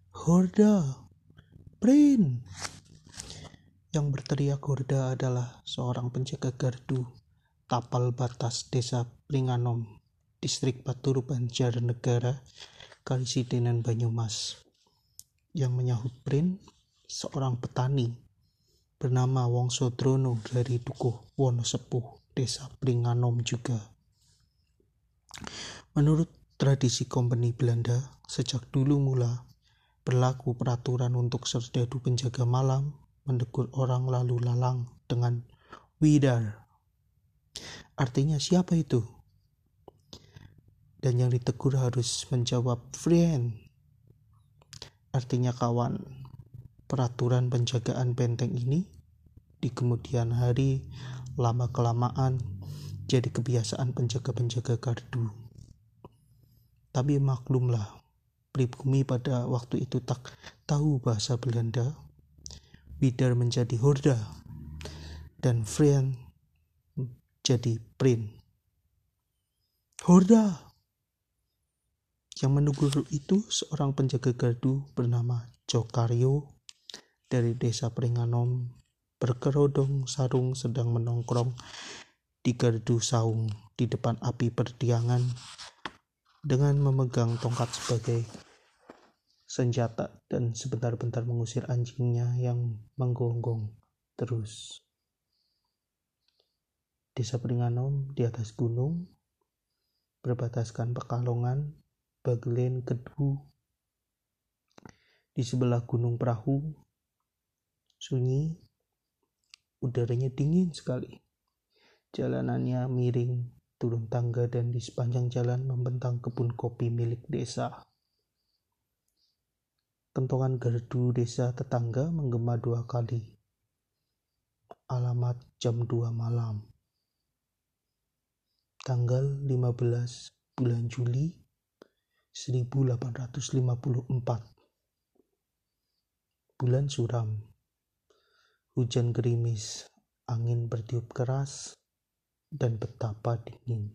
Horda, Prin! Yang berteriak horda adalah seorang penjaga gardu tapal batas desa Pringanom, distrik Batur Banjarnegara, Karisidenan Banyumas. Yang menyahut Prin, seorang petani bernama Wongso Drono dari Dukuh Wonosepuh, desa Pringanom juga. Menurut tradisi Kompeni Belanda, sejak dulu mula berlaku peraturan untuk serdadu penjaga malam menegur orang lalu lalang dengan widar. Artinya siapa itu? Dan yang ditegur harus menjawab friend. Artinya kawan. Peraturan penjagaan benteng ini di kemudian hari lama-kelamaan jadi kebiasaan penjaga-penjaga gardu. Tapi maklumlah, pribumi pada waktu itu tak tahu bahasa Belanda. Widar menjadi horda dan friend jadi prin. Horda! Yang menegur itu seorang penjaga gardu bernama Jokaryo dari desa Pringanom, berkerodong sarung sedang menongkrong di gardu saung di depan api perdiangan dengan memegang tongkat sebagai senjata dan sebentar-bentar mengusir anjingnya yang menggonggong terus. Desa Pringanom di atas gunung, berbataskan Pekalongan, Bagelen, Kedu. Di sebelah Gunung Perahu, sunyi, udaranya dingin sekali. Jalanannya miring, turun tangga dan di sepanjang jalan membentang kebun kopi milik desa. Kentongan gardu desa tetangga menggema 2 kali. Alamat jam 2 malam. Tanggal 15 bulan Juli 1854. Bulan suram. Hujan gerimis, angin bertiup keras, dan betapa dingin.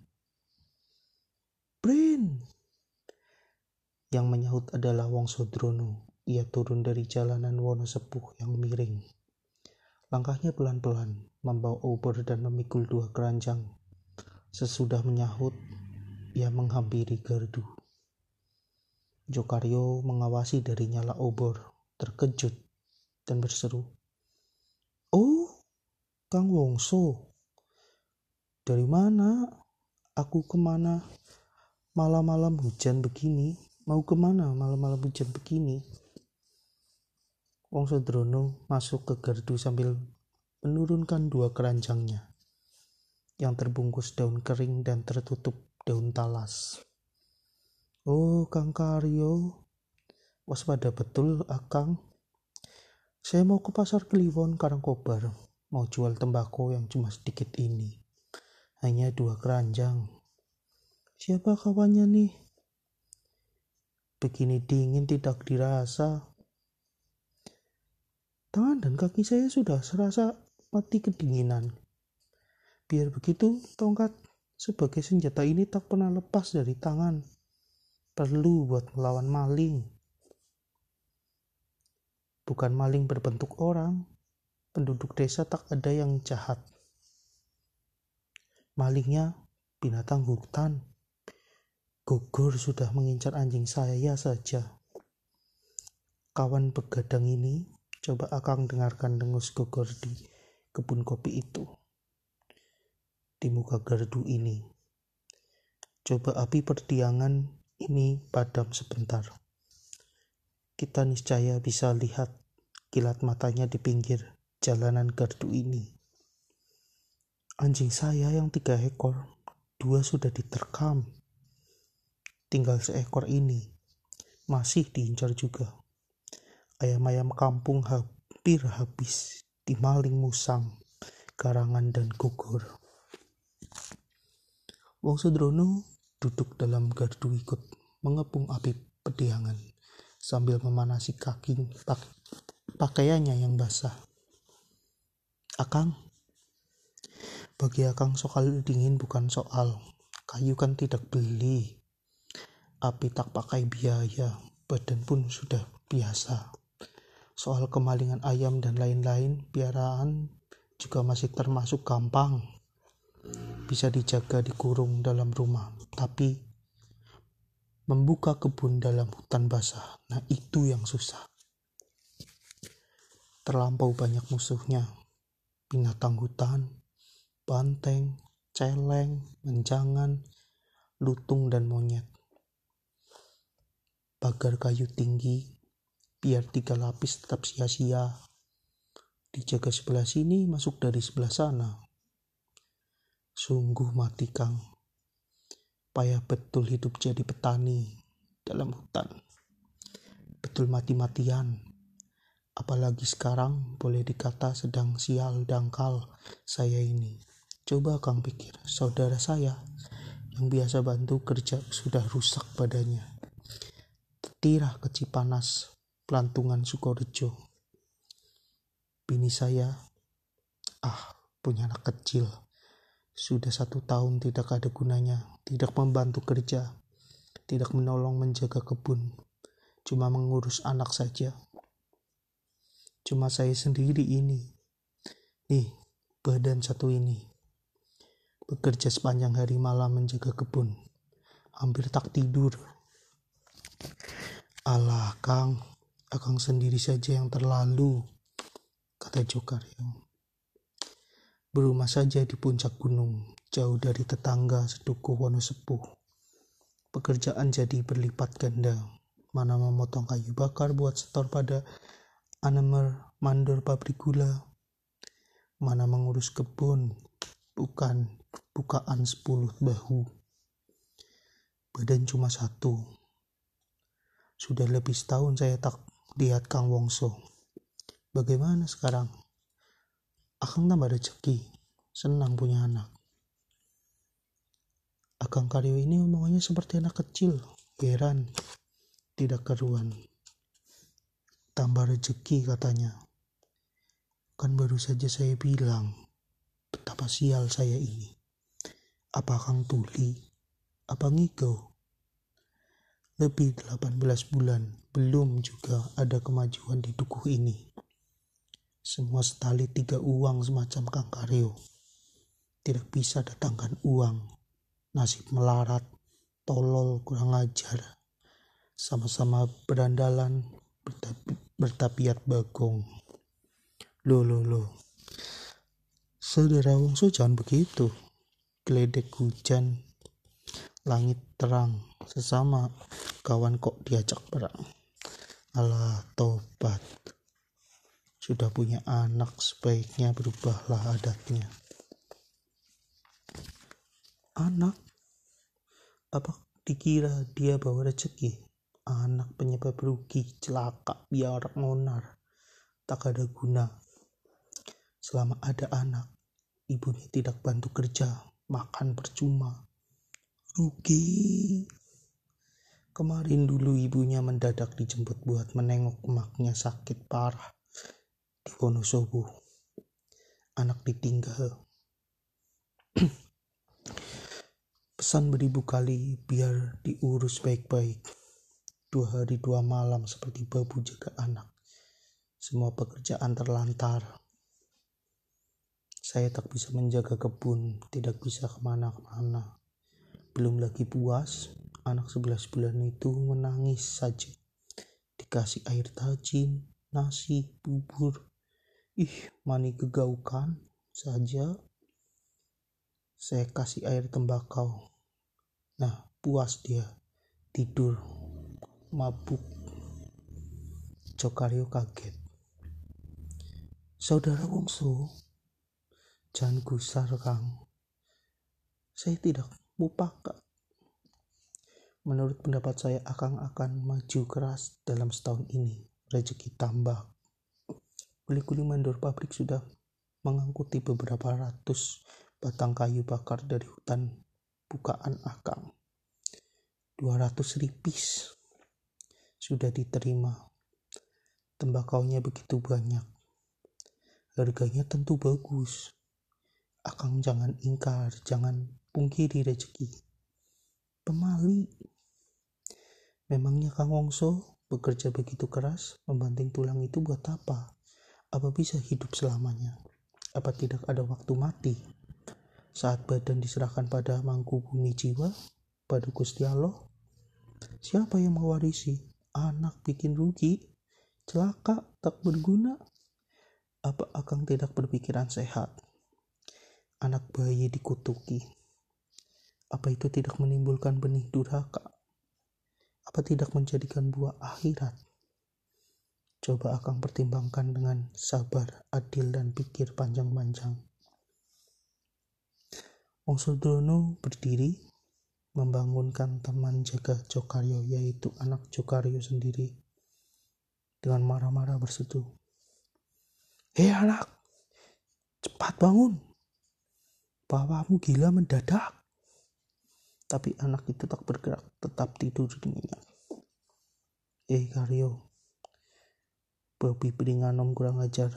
Prin! Yang menyahut adalah Wongso Drono. Ia turun dari jalanan Wonosepuh yang miring. Langkahnya pelan-pelan, membawa obor dan memikul 2 keranjang. Sesudah menyahut, ia menghampiri gardu. Jokaryo mengawasi dari nyala obor, terkejut dan berseru, "Oh, Kang Wongso, dari mana? Aku kemana? Malam-malam hujan begini, mau kemana malam-malam hujan begini?" Wongso Drono masuk ke gardu sambil menurunkan 2 keranjangnya yang terbungkus daun kering dan tertutup daun talas. "Oh, Kang Karyo, waspada betul, Akang. Saya mau ke pasar Kliwon Karangkobar, mau jual tembakau yang cuma sedikit ini. Hanya 2 keranjang. Siapa kawannya nih? Begini dingin tidak dirasa. Tangan dan kaki saya sudah serasa mati kedinginan. Biar begitu, tongkat sebagai senjata ini tak pernah lepas dari tangan. Perlu buat melawan maling. Bukan maling berbentuk orang. Penduduk desa tak ada yang jahat. Malingnya binatang hutan. Gogor sudah mengincar anjing saya saja. Kawan begadang ini, coba Akang dengarkan dengus Gogor di kebun kopi itu. Di muka gardu ini. Coba api perdiangan ini padam sebentar. Kita niscaya bisa lihat kilat matanya di pinggir jalanan gardu ini. Anjing saya yang 3 ekor, 2 sudah diterkam. Tinggal seekor ini, masih diincar juga. Ayam-ayam kampung hampir habis dimaling musang, Garangan dan Gogor. Wongso Drono duduk dalam gardu ikut mengepung api pediangan sambil memanasi kaki pakaiannya yang basah. Akang, bagi Akang soal dingin bukan soal. Kayu kan tidak beli. Api tak pakai biaya. Badan pun sudah biasa. Soal kemalingan ayam dan lain-lain, piaraan juga masih termasuk gampang. Bisa dijaga dikurung dalam rumah. Tapi membuka kebun dalam hutan basah, nah itu yang susah. Terlampau banyak musuhnya. Binatang hutan, banteng, celeng, menjangan, lutung dan monyet. Pagar kayu tinggi, biar 3 lapis tetap sia-sia. Dijaga sebelah sini, masuk dari sebelah sana. Sungguh mati Kang. Payah betul hidup jadi petani dalam hutan. Betul mati-matian. Apalagi sekarang boleh dikata sedang sial dangkal saya ini. Coba Kang pikir, saudara saya yang biasa bantu kerja sudah rusak badannya. Tirah ke Cipanas, Pelantungan Sukorejo. Bini saya, punya anak kecil. Sudah 1 tahun tidak ada gunanya, tidak membantu kerja, tidak menolong menjaga kebun, cuma mengurus anak saja. Cuma saya sendiri ini. Nih, badan satu ini. Bekerja sepanjang hari malam menjaga kebun. Hampir tak tidur. Alah Kang, Akang sendiri saja yang terlalu, kata Jokaryo. Berumah saja di puncak gunung, jauh dari tetangga sedukuh Wonosepuh. Pekerjaan jadi berlipat ganda. Mana memotong kayu bakar buat setor pada mandor pabrik gula. Mana mengurus kebun, bukaan 10 bahu. Badan cuma 1. Sudah lebih setahun saya tak lihat Kang Wongso. Bagaimana sekarang? Akang tambah rezeki, senang punya anak. Akang Karyo ini omongannya seperti anak kecil, heran, tidak keruan. Tambah rezeki katanya. Kan baru saja saya bilang, betapa sial saya ini. Apa Akang tuli? Apa ngigau? Lebih 18 bulan, belum juga ada kemajuan di dukuh ini. Semua setali 3 uang semacam Kang Karyo. Tidak bisa datangkan uang. Nasib melarat, tolol, kurang ajar. Sama-sama berandalan, bertapiat bagong. Loh. Saudara Wongso jangan begitu. Geledek hujan, langit terang, sesama kawan kok diajak perang. Alah, tobat. Sudah punya anak, sebaiknya berubahlah adatnya. Anak? Apa dikira dia bawa rezeki? Anak penyebab rugi, celaka, biar ngonar. Tak ada guna. Selama ada anak, ibunya tidak bantu kerja, makan percuma. Rugi. Kemarin dulu ibunya mendadak dijemput buat menengok emaknya sakit parah di Wonosobo. Anak ditinggal. Pesan beribu kali biar diurus baik-baik. 2 hari 2 malam seperti babu jaga anak. Semua pekerjaan terlantar. Saya tak bisa menjaga kebun, tidak bisa kemana-mana. Belum lagi puas, anak 11 bulan itu menangis saja. Dikasih air tajin, nasi, bubur. Mani gegaukan saja. Saya kasih air tembakau. Nah, puas dia. Tidur, mabuk. Jokaryo kaget. Saudara Wongso, jangan gusar Kang. Saya tidak mupakat. Menurut pendapat saya, Akang akan maju keras dalam setahun ini. Rezeki tambah. Kuli-kuli mandor pabrik sudah mengangkuti beberapa ratus batang kayu bakar dari hutan bukaan Akang. 200 ripis sudah diterima. Tembakaunya begitu banyak. Harganya tentu bagus. Akang jangan ingkar, jangan pungkiri rezeki. Pemali. Memangnya Kang Wongso Bekerja begitu keras, membanting tulang itu buat apa? Apa bisa hidup selamanya? Apa tidak ada waktu mati? Saat badan diserahkan pada mangku bumi jiwa, pada Gusti Allah, siapa yang mewarisi? Anak bikin rugi, celaka, tak berguna. Apa Akang tidak berpikiran sehat? Anak bayi dikutuki. Apa itu tidak menimbulkan benih durhaka? Apa tidak menjadikan buah akhirat? Coba Akang pertimbangkan dengan sabar, adil, dan pikir panjang-panjang. Wongso Drono berdiri, membangunkan teman jaga Jokaryo, yaitu anak Jokaryo sendiri, dengan marah-marah berseru, "Hei anak, cepat bangun, papamu gila mendadak." Tapi anak itu tak bergerak, tetap tidur nyenyak. Karyo, babi peringanom kurang ajar.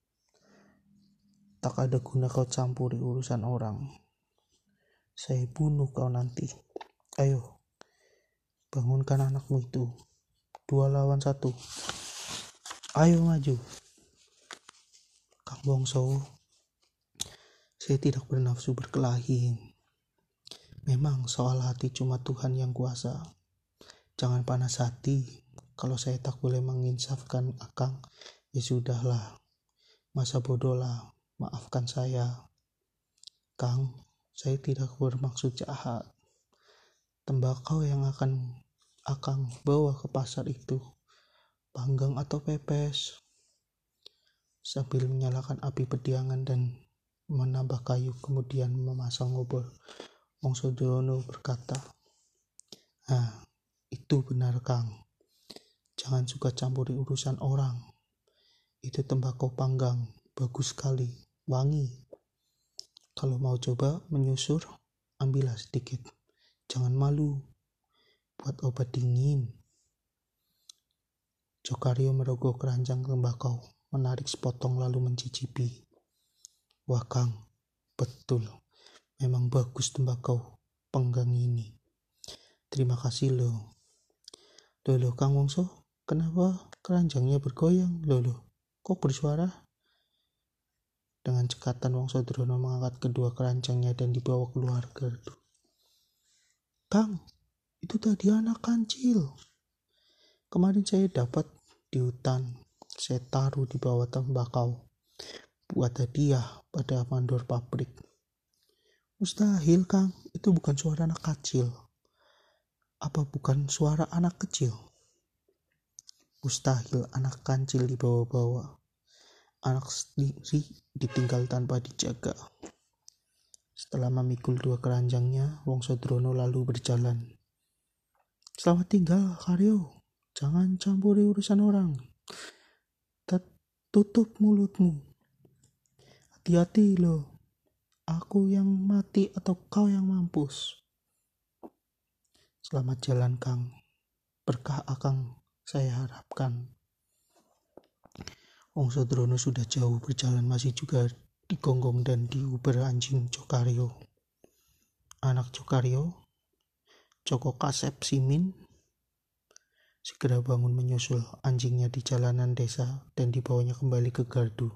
Tak ada guna kau campuri urusan orang. Saya bunuh kau nanti. Ayo, bangunkan anakmu itu. 2 lawan 1. Ayo maju. Kang Wongso, saya tidak bernafsu berkelahi. Memang soal hati cuma Tuhan yang kuasa. Jangan panas hati. Kalau saya tak boleh menginsafkan Akang, ya sudahlah. Masa bodoh lah. Maafkan saya. Kang, saya tidak bermaksud jahat. Tembakau yang akan Akang bawa ke pasar itu, panggang atau pepes? Sambil menyalakan api pediangan dan menambah kayu, kemudian memasang obor, Wongso Drono berkata, itu benar Kang. Jangan suka campuri urusan orang. Itu tembakau panggang, bagus sekali, wangi. Kalau mau coba menyusur, ambillah sedikit. Jangan malu, buat obat dingin. Jokaryo merogoh keranjang tembakau, menarik sepotong lalu mencicipi. Wah Kang, betul, memang bagus tembakau panggang ini. Terima kasih loh. Loh Kang Wongso, kenapa keranjangnya bergoyang? Loh, kok bersuara? Dengan cekatan Wongso Drono mengangkat kedua keranjangnya dan dibawa keluar gardu. Kang, itu tadi anak kancil. Kemarin saya dapat di hutan. Saya taruh di bawah tembakau buat hadiah pada mandor pabrik. Mustahil Kang, itu bukan suara anak kecil. Apa bukan suara anak kecil? Mustahil anak kancil dibawa-bawa. Anak sendiri ditinggal tanpa dijaga. Setelah memikul 2 keranjangnya, Wongso Drono lalu berjalan. Selamat tinggal, Karyo. Jangan campuri urusan orang. Tutup mulutmu. Hati-hati loh. Aku yang mati atau kau yang mampus. Selamat jalan, Kang. Berkah Akang saya harapkan. Wongso Drono sudah jauh berjalan, masih juga digonggong dan diuber anjing Jokaryo. Anak Jokaryo, Joko Kasep Simin, segera bangun menyusul anjingnya di jalanan desa dan dibawanya kembali ke gardu.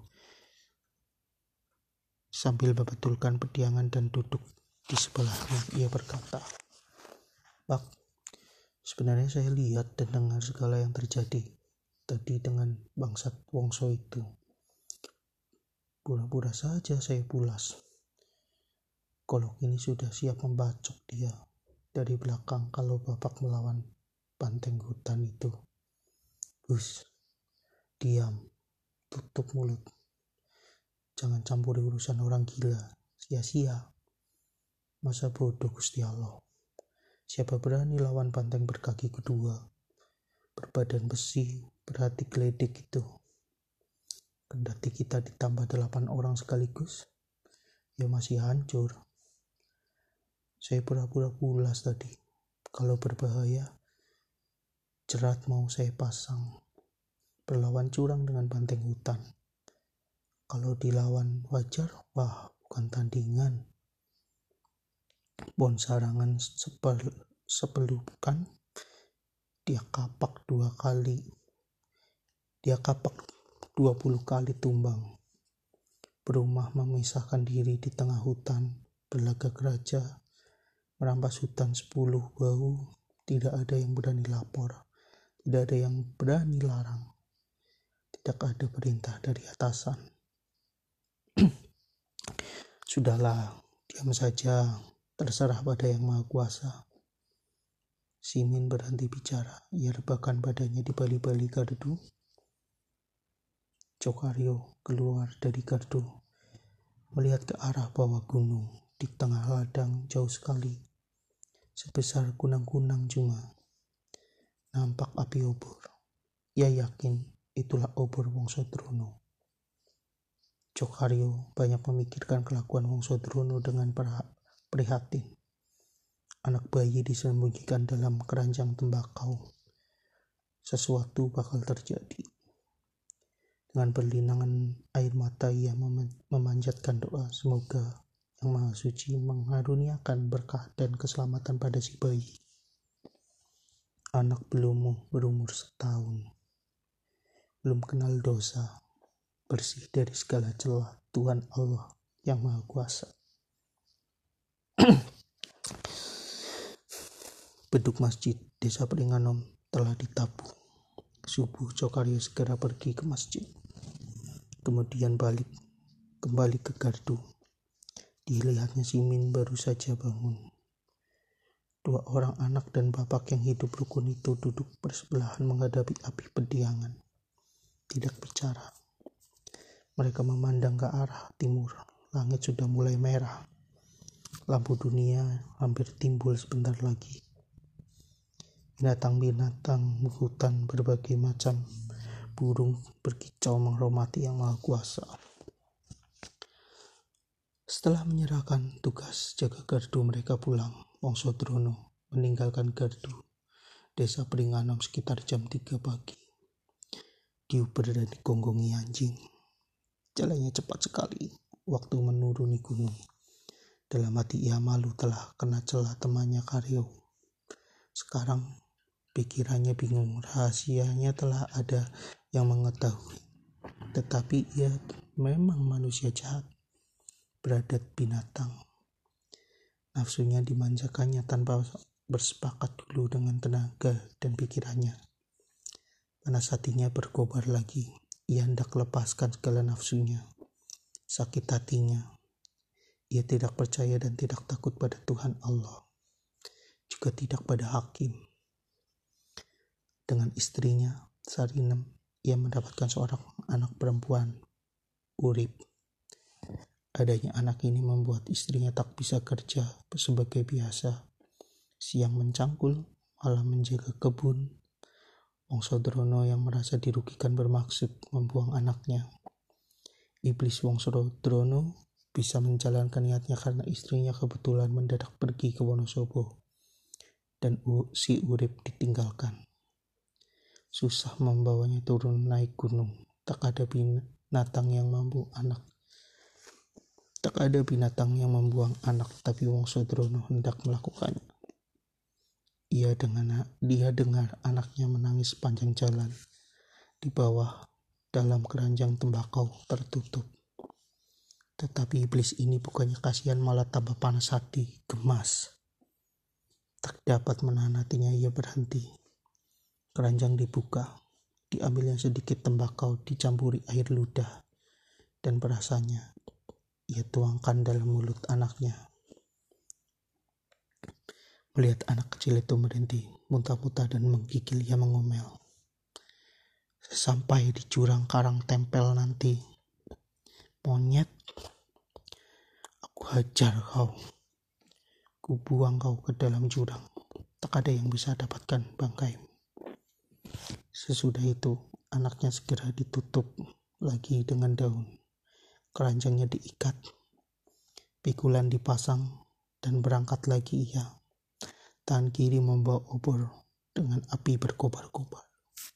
Sambil membetulkan pediangan dan duduk di sebelahnya, ia berkata, Pak, sebenarnya saya lihat dan dengar segala yang terjadi tadi dengan bangsat Wongso itu. Pura-pura saja saya pulas. Kalau kini sudah siap membacok dia dari belakang kalau Bapak melawan banteng hutan itu. Hus, diam, tutup mulut. Jangan campuri urusan orang gila, sia-sia. Masa bodoh Gusti Allah. Siapa berani lawan banteng berkaki kedua, berbadan besi, berhati geledek itu. Kendati kita ditambah 8 orang sekaligus, ya masih hancur. Saya pura-pura pulas tadi. Kalau berbahaya, jerat mau saya pasang. Berlawan curang dengan banteng hutan. Kalau dilawan wajar, wah bukan tandingan. Bon sarangan sepelukan, Dia kapak 20 kali tumbang. Berumah memisahkan diri di tengah hutan, berlagak raja, merampas hutan 10 bahu. Tidak ada yang berani lapor, tidak ada yang berani larang, tidak ada perintah dari atasan. Sudahlah, diam saja, terserah pada yang maha kuasa. Simin berhenti bicara. Ia rebahkan badannya di bali-bali gardu. Cokaryo keluar dari gardu, melihat ke arah bawah gunung. Di tengah ladang jauh sekali, sebesar kunang-kunang cuma, nampak api obor. Ia yakin itulah obor Wongso Drono. Cokaryo banyak memikirkan kelakuan Wongso Drono dengan prihatin. Anak bayi disembunyikan dalam keranjang tembakau. Sesuatu bakal terjadi. Dengan berlinangan air mata ia memanjatkan doa semoga Yang Maha Suci mengaruniakan berkah dan keselamatan pada si bayi. Anak belum berumur 1 tahun, belum kenal dosa, bersih dari segala celah Tuhan Allah yang Maha Kuasa. Beduk masjid desa Pringanom telah ditabung. Subuh Cokaryo segera pergi ke masjid, kemudian kembali ke gardu. Dilihatnya Simin baru saja bangun. 2 orang anak dan bapak yang hidup rukun itu duduk bersebelahan menghadapi api pediangan. Tidak bicara. Mereka memandang ke arah timur. Langit sudah mulai merah. Lampu dunia hampir timbul sebentar lagi. Binatang-binatang hutan berbagai macam burung berkicau menghormati Yang Maha Kuasa. Setelah menyerahkan tugas jaga gardu, mereka pulang. Wongso Drono meninggalkan gardu desa Pringanom sekitar jam 3 pagi. Diuber dan digonggongi anjing. Jalannya cepat sekali. Waktu menuruni gunung. Dalam hati ia malu telah kena celah temannya Karyo. Sekarang pikirannya bingung. Rahasianya telah ada yang mengetahui. Tetapi ia memang manusia jahat. Beradat binatang. Nafsunya dimanjakannya tanpa bersepakat dulu dengan tenaga dan pikirannya. Panas hatinya berkobar lagi. Ia hendak lepaskan segala nafsunya. Sakit hatinya. Ia tidak percaya dan tidak takut pada Tuhan Allah. Juga tidak pada hakim. Dengan istrinya, Sarinem, ia mendapatkan seorang anak perempuan, Urip. Adanya anak ini membuat istrinya tak bisa kerja sebagai biasa. Siang mencangkul, malam menjaga kebun. Wongso Drono yang merasa dirugikan bermaksud membuang anaknya. Iblis Wongso Drono bisa menjalankan niatnya karena istrinya kebetulan mendadak pergi ke Wonosobo. Dan si Urip ditinggalkan. Susah membawanya turun naik gunung. Tak ada binatang yang membuang anak, tapi Wongso Drono hendak melakukannya. Dia dengar anaknya menangis sepanjang jalan di bawah dalam keranjang tembakau tertutup. Tetapi iblis ini bukannya kasihan, malah tambah panas hati, gemas. Tak dapat menahan hatinya, ia berhenti. Keranjang dibuka, diambilnya sedikit tembakau, dicampuri air ludah, dan berasanya ia tuangkan dalam mulut anaknya. Melihat anak kecil itu berhenti, muntah-muntah dan menggigil, ia mengomel. Sampai di jurang karang tempel nanti, monyet, aku hajar kau. Ku buang kau ke dalam jurang. Tak ada yang bisa dapatkan bangkaimu. Sesudah itu, anaknya segera ditutup lagi dengan daun. Keranjangnya diikat, pikulan dipasang, dan berangkat lagi ia. Tangan kiri membawa obor dengan api berkobar-kobar.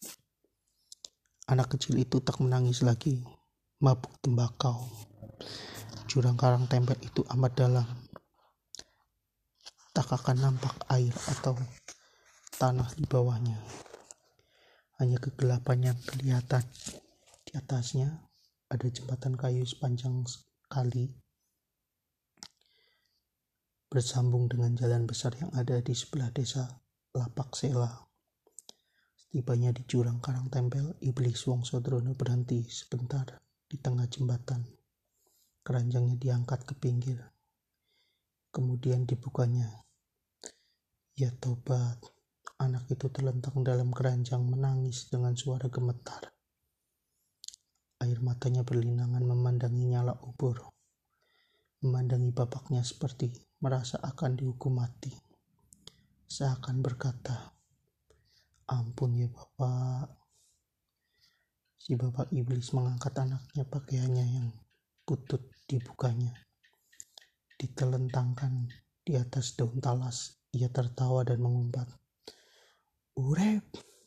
Anak kecil itu tak menangis lagi, mabuk tembakau. Jurang karang tempel itu amat dalam. Tak akan nampak air atau tanah di bawahnya. Hanya kegelapan yang kelihatan. Di atasnya ada jembatan kayu sepanjang kali bersambung dengan jalan besar yang ada di sebelah desa Lapak Sela. Setibanya di jurang Karang Tempel, Iblis Wongso Drono berhenti sebentar di tengah jembatan. Keranjangnya diangkat ke pinggir. Kemudian dibukanya. Ya tobat, anak itu terlentang dalam keranjang menangis dengan suara gemetar. Air matanya berlinangan memandangi nyala obor. Memandangi bapaknya seperti merasa akan dihukum mati. Seakan berkata, "Ampun ya Bapak." Si bapak iblis mengangkat anaknya, pakaiannya yang putut dibukanya. Ditelentangkan di atas daun talas. Ia tertawa dan mengumpat, "Urep,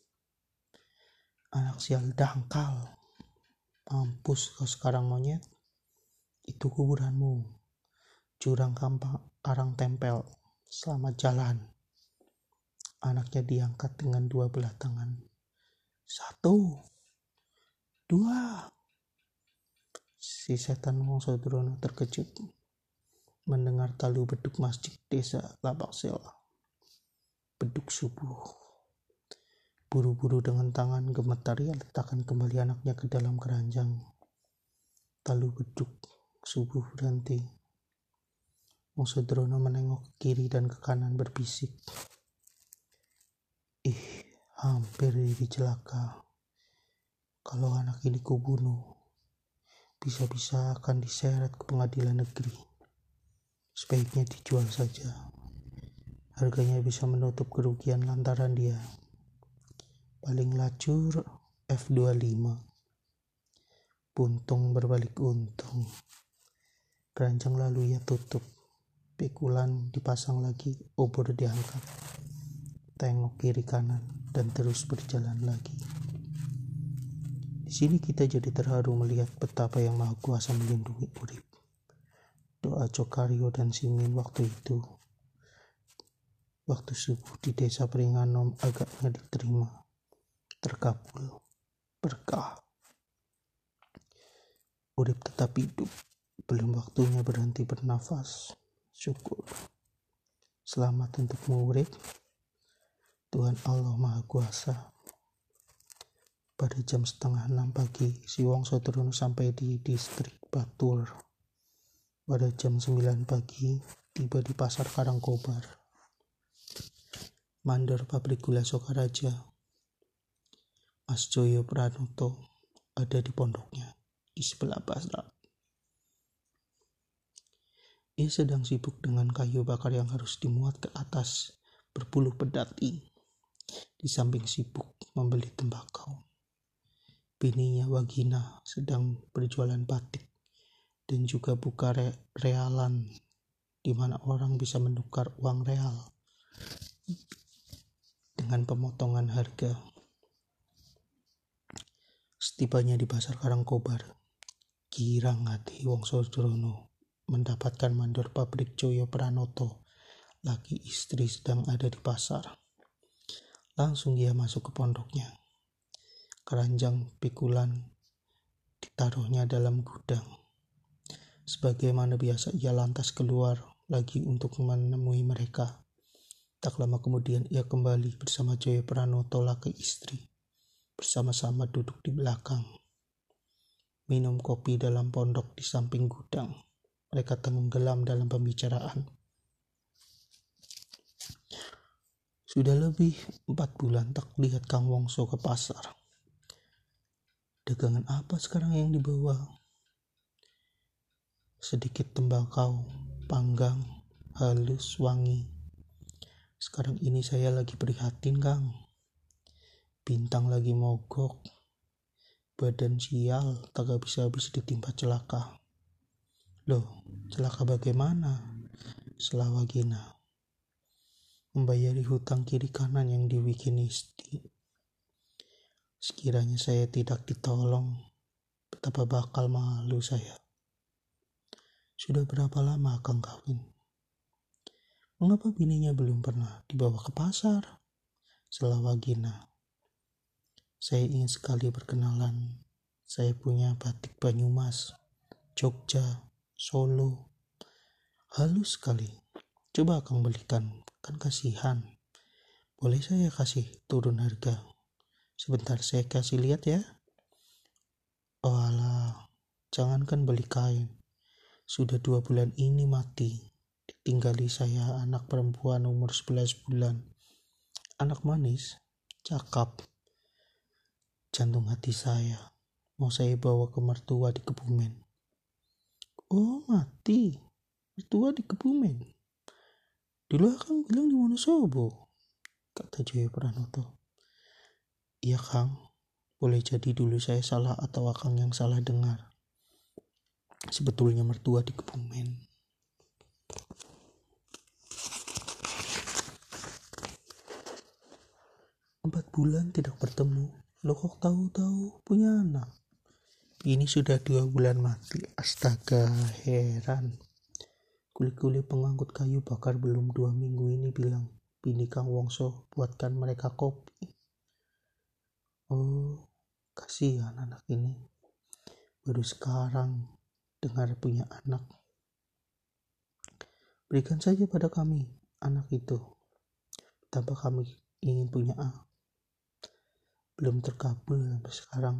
anak sial dangkal. Mampus kau sekarang monyet. Itu kuburanmu. Jurang Karang Tempel. Selamat jalan." Anaknya diangkat dengan dua belah tangan. 1, 2. Si setan Wongso Drono terkejut mendengar talu beduk masjid desa Lapak Sela. Beduk subuh. Buru-buru dengan tangan gemetar ia letakkan kembali anaknya ke dalam keranjang. Talu beduk subuh berhenti. Wongso Drono menengok ke kiri dan ke kanan berbisik, hampir diri celaka. Kalau anak ini kubunuh, bisa-bisa akan diseret ke pengadilan negeri. Sebaiknya dijual saja. Harganya bisa menutup kerugian lantaran dia paling lacur F25. Buntung berbalik untung. Keranjang lalu ia tutup. Pikulan dipasang lagi, obor diangkat. Tengok kiri kanan dan terus berjalan lagi. Di sini kita jadi terharu melihat betapa Yang Maha Kuasa melindungi urip. Doa Cokaryo dan Simin waktu itu, waktu subuh di desa Peringanom agaknya diterima, terkabul, berkah. Urip tetap hidup, belum waktunya berhenti bernafas. Syukur. Selamat untukmu urip. Tuhan Allah Maha Kuasa. Pada jam 5:30 pagi, si Wongso Drono sampai di distrik Batur. Pada jam 9 pagi, tiba di pasar Karangkobar. Mandor pabrik gula Sokaraja, Mas Joyo Pranoto, ada di pondoknya, di sebelah pasar. Ia sedang sibuk dengan kayu bakar yang harus dimuat ke atas berpuluh pedati. Di samping sibuk membeli tembakau. Bininya Wagina sedang berjualan batik dan juga buka realan di mana orang bisa menukar uang real dengan pemotongan harga. Setibanya di pasar Karangkobar, girang hati Wongso Drono mendapatkan mandor pabrik Joyo Pranoto, laki istri sedang ada di pasar. Langsung ia masuk ke pondoknya. Keranjang pikulan ditaruhnya dalam gudang. Sebagaimana biasa ia lantas keluar lagi untuk menemui mereka. Tak lama kemudian ia kembali bersama Joyo Pranoto laki istri. Bersama-sama duduk di belakang. Minum kopi dalam pondok di samping gudang. Mereka tenggelam dalam pembicaraan. Sudah lebih 4 bulan tak lihat Kang Wongso ke pasar. Dagangan apa sekarang yang dibawa? Sedikit tembakau, panggang, halus, wangi. Sekarang ini saya lagi prihatin, Kang. Bintang lagi mogok. Badan sial, tak habis-habis ditimpa celaka. Loh, celaka bagaimana? Selah Wagina. Membayari hutang kiri kanan yang dibikin istri. Sekiranya saya tidak ditolong, betapa bakal malu saya. Sudah berapa lama Kang kawin? Mengapa bininya belum pernah dibawa ke pasar? Selawagina. Saya ingin sekali berkenalan. Saya punya batik Banyumas, Jogja, Solo. Halus sekali. Coba Kang belikan, kan kasihan. Boleh saya kasih turun harga? Sebentar saya kasih lihat ya. Oh alah, jangankan beli kain. Sudah 2 bulan ini mati. Ditinggali saya anak perempuan umur 11 bulan. Anak manis, cakap. Jantung hati saya. Mau saya bawa ke mertua di Kebumen. Oh mati, mertua di Kebumen. Dulu Akang bilang di Wonosobo, kata Joyo Pranoto. Iya Kang, boleh jadi dulu saya salah atau Akang yang salah dengar. Sebetulnya mertua di Kebumen. 4 bulan tidak bertemu, lo kok tahu-tahu punya anak? Ini sudah 2 bulan mati, astaga, heran. Kuli-kuli pengangkut kayu bakar belum 2 minggu ini bilang, bini Kang Wongso buatkan mereka kopi. Oh, kasihan anak ini. Baru sekarang dengar punya anak. Berikan saja pada kami anak itu. Betapa kami ingin punya belum terkabul sampai sekarang.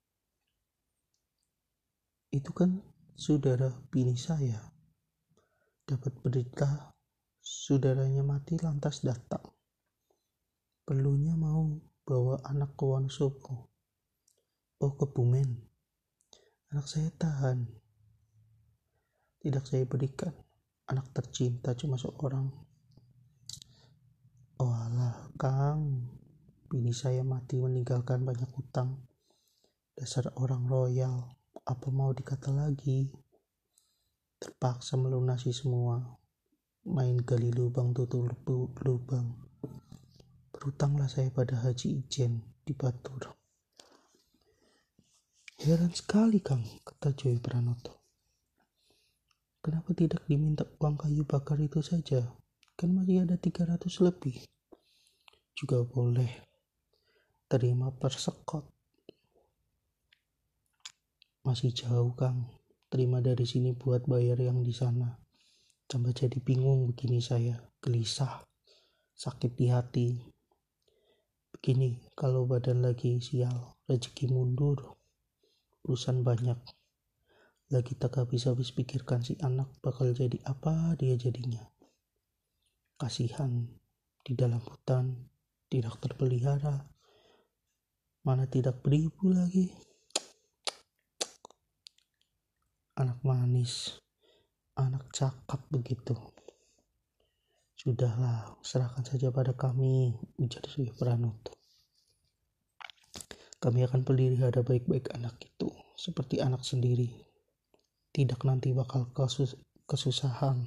Itu kan saudara bini saya. Dapat berita saudaranya mati lantas datang. Perlunya mau bawa anak ke Wonosobo. Oh Kebumen. Anak saya tahan. Tidak saya berikan. Anak tercinta cuma seorang. Oh alah Kang. Bini saya mati meninggalkan banyak hutang. Dasar orang royal. Apa mau dikata lagi? Terpaksa melunasi semua. Main gali lubang tutup lubang. Berutanglah saya pada Haji Ijen di Batur. Heran sekali Kang, kata Joyo Pranoto. Kenapa tidak diminta uang kayu bakar itu saja? Kan masih ada 300 lebih. Juga boleh. Terima persekot. Masih jauh Kang. Terima dari sini buat bayar yang di sana. Tambah jadi bingung begini saya. Gelisah. Sakit di hati. Begini, kalau badan lagi sial, rezeki mundur. Urusan banyak. Lagi tak habis-habis pikirkan si anak bakal jadi apa dia jadinya. Kasihan. Di dalam hutan. Tidak terpelihara. Mana tidak beribu lagi. Anak manis, anak cakap begitu. Sudahlah, serahkan saja pada kami, ujar Joyo Pranoto. Kami akan pelihara baik-baik anak itu, seperti anak sendiri. Tidak nanti bakal kesusahan.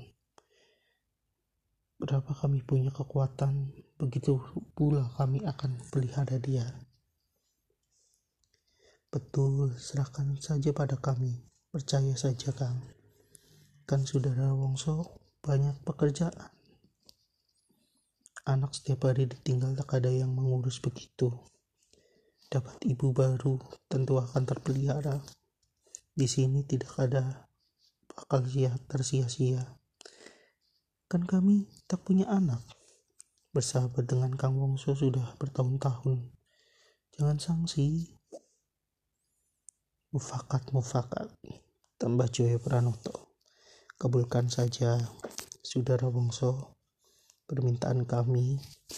Berapa kami punya kekuatan, begitu pula kami akan pelihara dia. Betul, serahkan saja pada kami. Percaya saja Kang. Kan saudara Wongso banyak pekerjaan. Anak setiap hari ditinggal tak ada yang mengurus begitu. Dapat ibu baru tentu akan terpelihara. Di sini tidak ada bakal tersia-sia. Kan kami tak punya anak. Bersahabat dengan Kang Wongso sudah bertahun-tahun. Jangan sangsi. Mufakat. Tambah Joyo Pranoto. Kabulkan saja, saudara Wongso, permintaan kami.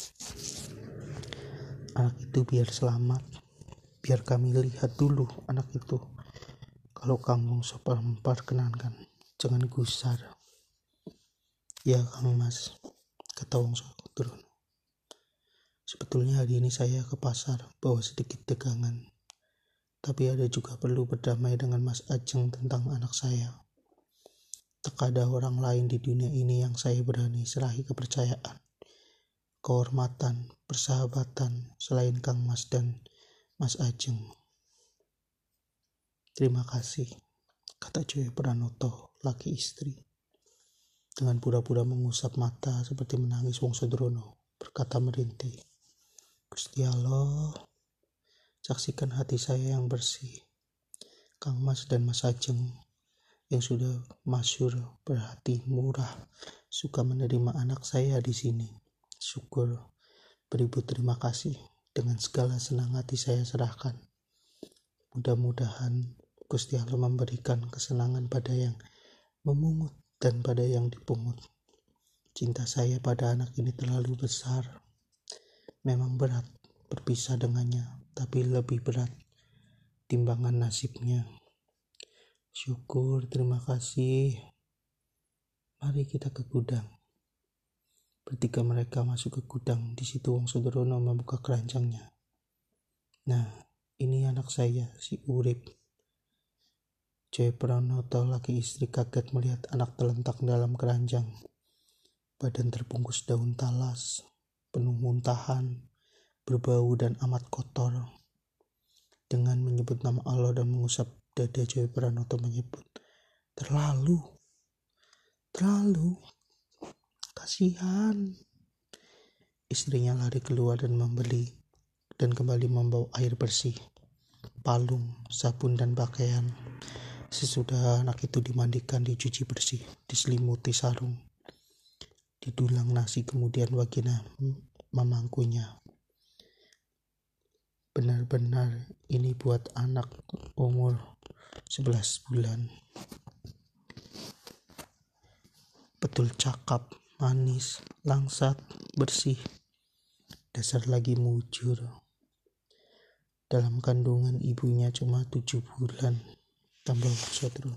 Anak itu biar selamat. Biar kami lihat dulu anak itu. Kalau Kang Wongso memperkenankan, jangan gusar. Ya Kang Mas, kata Wongso turun. Sebetulnya hari ini saya ke pasar bawa sedikit dagangan. Tapi ada juga perlu berdamai dengan Mas Ajeng tentang anak saya. Tak ada orang lain di dunia ini yang saya berani serahi kepercayaan, kehormatan, persahabatan selain Kang Mas dan Mas Ajeng. Terima kasih, kata Joyo Pranoto, laki istri. Dengan pura-pura mengusap mata seperti menangis Wongso Drono, berkata merintih. Gusti Allah, saksikan hati saya yang bersih. Kang Mas dan Mas Ajeng yang sudah masyhur berhati murah, suka menerima anak saya di sini. Syukur, beribu terima kasih. Dengan segala senang hati saya serahkan. Mudah-mudahan Gusti Allah memberikan kesenangan pada yang memungut dan pada yang dipungut. Cinta saya pada anak ini terlalu besar. Memang berat berpisah dengannya, tapi lebih berat timbangan nasibnya. Syukur, terima kasih. Mari kita ke gudang. Ketika mereka masuk ke gudang, di situ Wong Sudrono membuka keranjangnya. Nah, ini anak saya, si Urip. Joy Pranoto, laki istri, kaget melihat anak terlentak dalam keranjang. Badan terbungkus daun talas, penuh muntahan, berbau dan amat kotor. Dengan menyebut nama Allah dan mengusap dada, Joy Pranoto menyebut, terlalu, kasihan. Istrinya lari keluar dan kembali membawa air bersih, palung, sabun dan pakaian. Sesudah anak itu dimandikan, dicuci bersih, diselimuti sarung, didulang nasi, kemudian Wagina memangkunya. Benar-benar ini buat anak umur 11 bulan. Betul cakap, manis, langsat, bersih. Dasar lagi mujur. Dalam kandungan ibunya cuma 7 bulan. Tambah Sodro.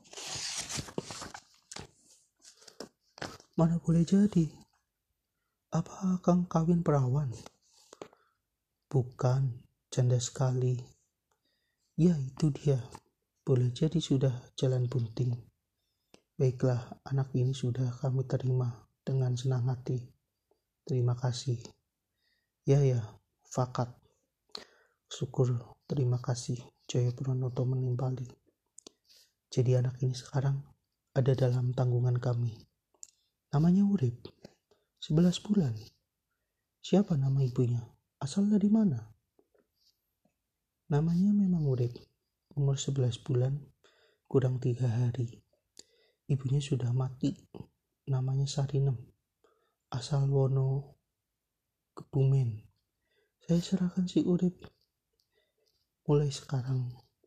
Mana boleh jadi? Apa Kang kawin perawan? Bukan, janda sekali. Ya itu dia. Boleh jadi sudah jalan bunting. Baiklah, anak ini sudah kami terima dengan senang hati. Terima kasih. Ya, fakat. Syukur, terima kasih. Joyo Pranoto menimpali. Jadi anak ini sekarang ada dalam tanggungan kami. Namanya Urip, 11 bulan. Siapa nama ibunya? Asal dari mana? Namanya memang Urip, umur 11 bulan, kurang 3 hari. Ibunya sudah mati, namanya Sarinem, asal Wono Kebumen. Saya serahkan si Urip. Mulai sekarang,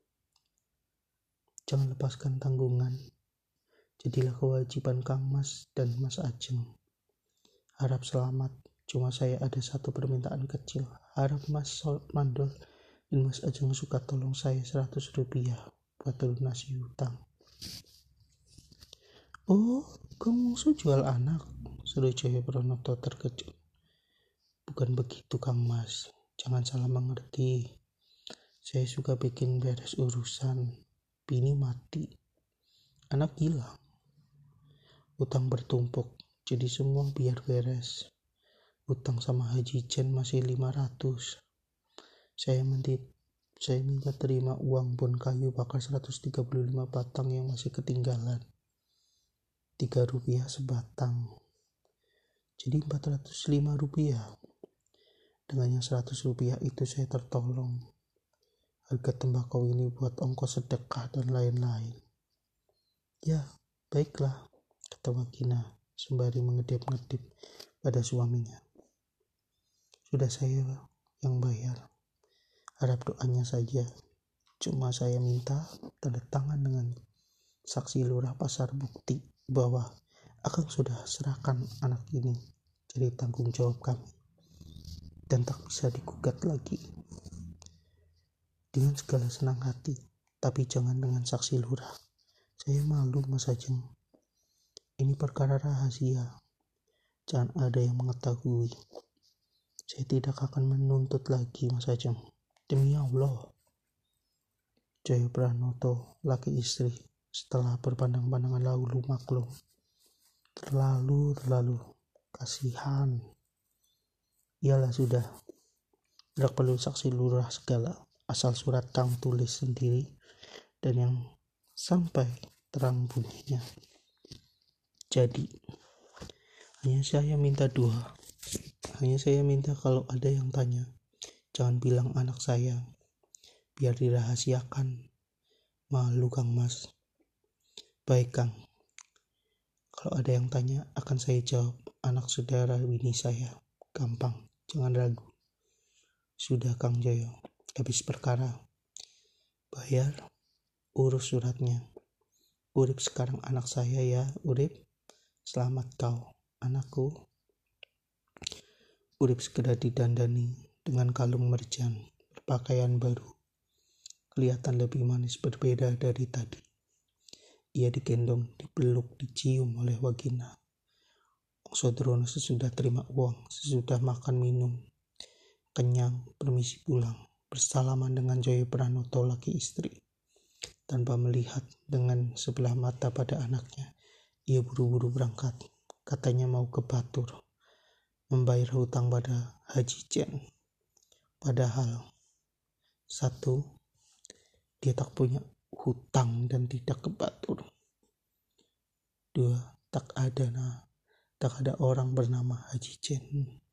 jangan lepaskan tanggungan. Jadilah kewajiban Kang Mas dan Mas Ajeng. Harap selamat. Cuma saya ada satu permintaan kecil. Harap Mas Mandol dan Mas Ajeng suka tolong saya 100 rupiah buat lunasi hutang. Oh, kamu jual anak? Seru Joyo Pranoto terkejut. Bukan begitu Kang Mas. Jangan salah mengerti. Saya suka bikin beres urusan. Bini mati. Anak hilang. Utang bertumpuk. Jadi semua biar beres. Utang sama Haji Jen masih 500. Saya minta terima uang bon kayu bakar 135 batang yang masih ketinggalan. 3 rupiah sebatang. Jadi 405 rupiah. Dengan yang 100 rupiah itu saya tertolong. Harga tembakau ini buat ongkos sedekah dan lain-lain. Ya, baiklah, kata Wagina sembari mengedip-ngedip pada suaminya. Sudah saya yang bayar. Harap doanya saja. Cuma saya minta tanda tangan dengan saksi lurah pasar bukti bahwa Akang sudah serahkan anak ini jadi tanggung jawab kami dan tak bisa digugat lagi. Dengan segala senang hati, tapi jangan dengan saksi lurah. Saya malu Mas Ajeng. Ini perkara rahasia. Jangan ada yang mengetahui. Saya tidak akan menuntut lagi Mas Ajeng. Demi Allah. Joyo Pranoto, laki istri, setelah berpandang-pandangan lalu maklum. Terlalu kasihan. Iyalah sudah. Tidak perlu saksi lurah segala. Asal surat Kang tulis sendiri dan yang sampai terang bunyinya. Jadi, hanya saya minta kalau ada yang tanya, Jangan bilang anak saya, biar dirahasiakan. Malu Kang Mas. Baik Kang, kalau ada yang tanya akan saya jawab, anak saudara bini saya. Gampang, jangan ragu. Sudah Kang Joyo, habis perkara. Bayar, urus suratnya. Urip sekarang anak saya ya, Urip. Selamat kau, anakku. Urip segera didandani dengan kalung merjan, berpakaian baru. Kelihatan lebih manis berbeda dari tadi. Ia digendong, dipeluk, dicium oleh Wagina. Sodrono sesudah terima uang, sesudah makan minum. Kenyang, permisi pulang. Bersalaman dengan Joyo Pranoto laki istri. Tanpa melihat dengan sebelah mata pada anaknya, ia buru-buru berangkat. Katanya mau ke Batur, membayar hutang pada Haji Jen. Padahal, 1, dia tak punya hutang dan tidak ke Batur. 2, tak ada orang bernama Haji Jen.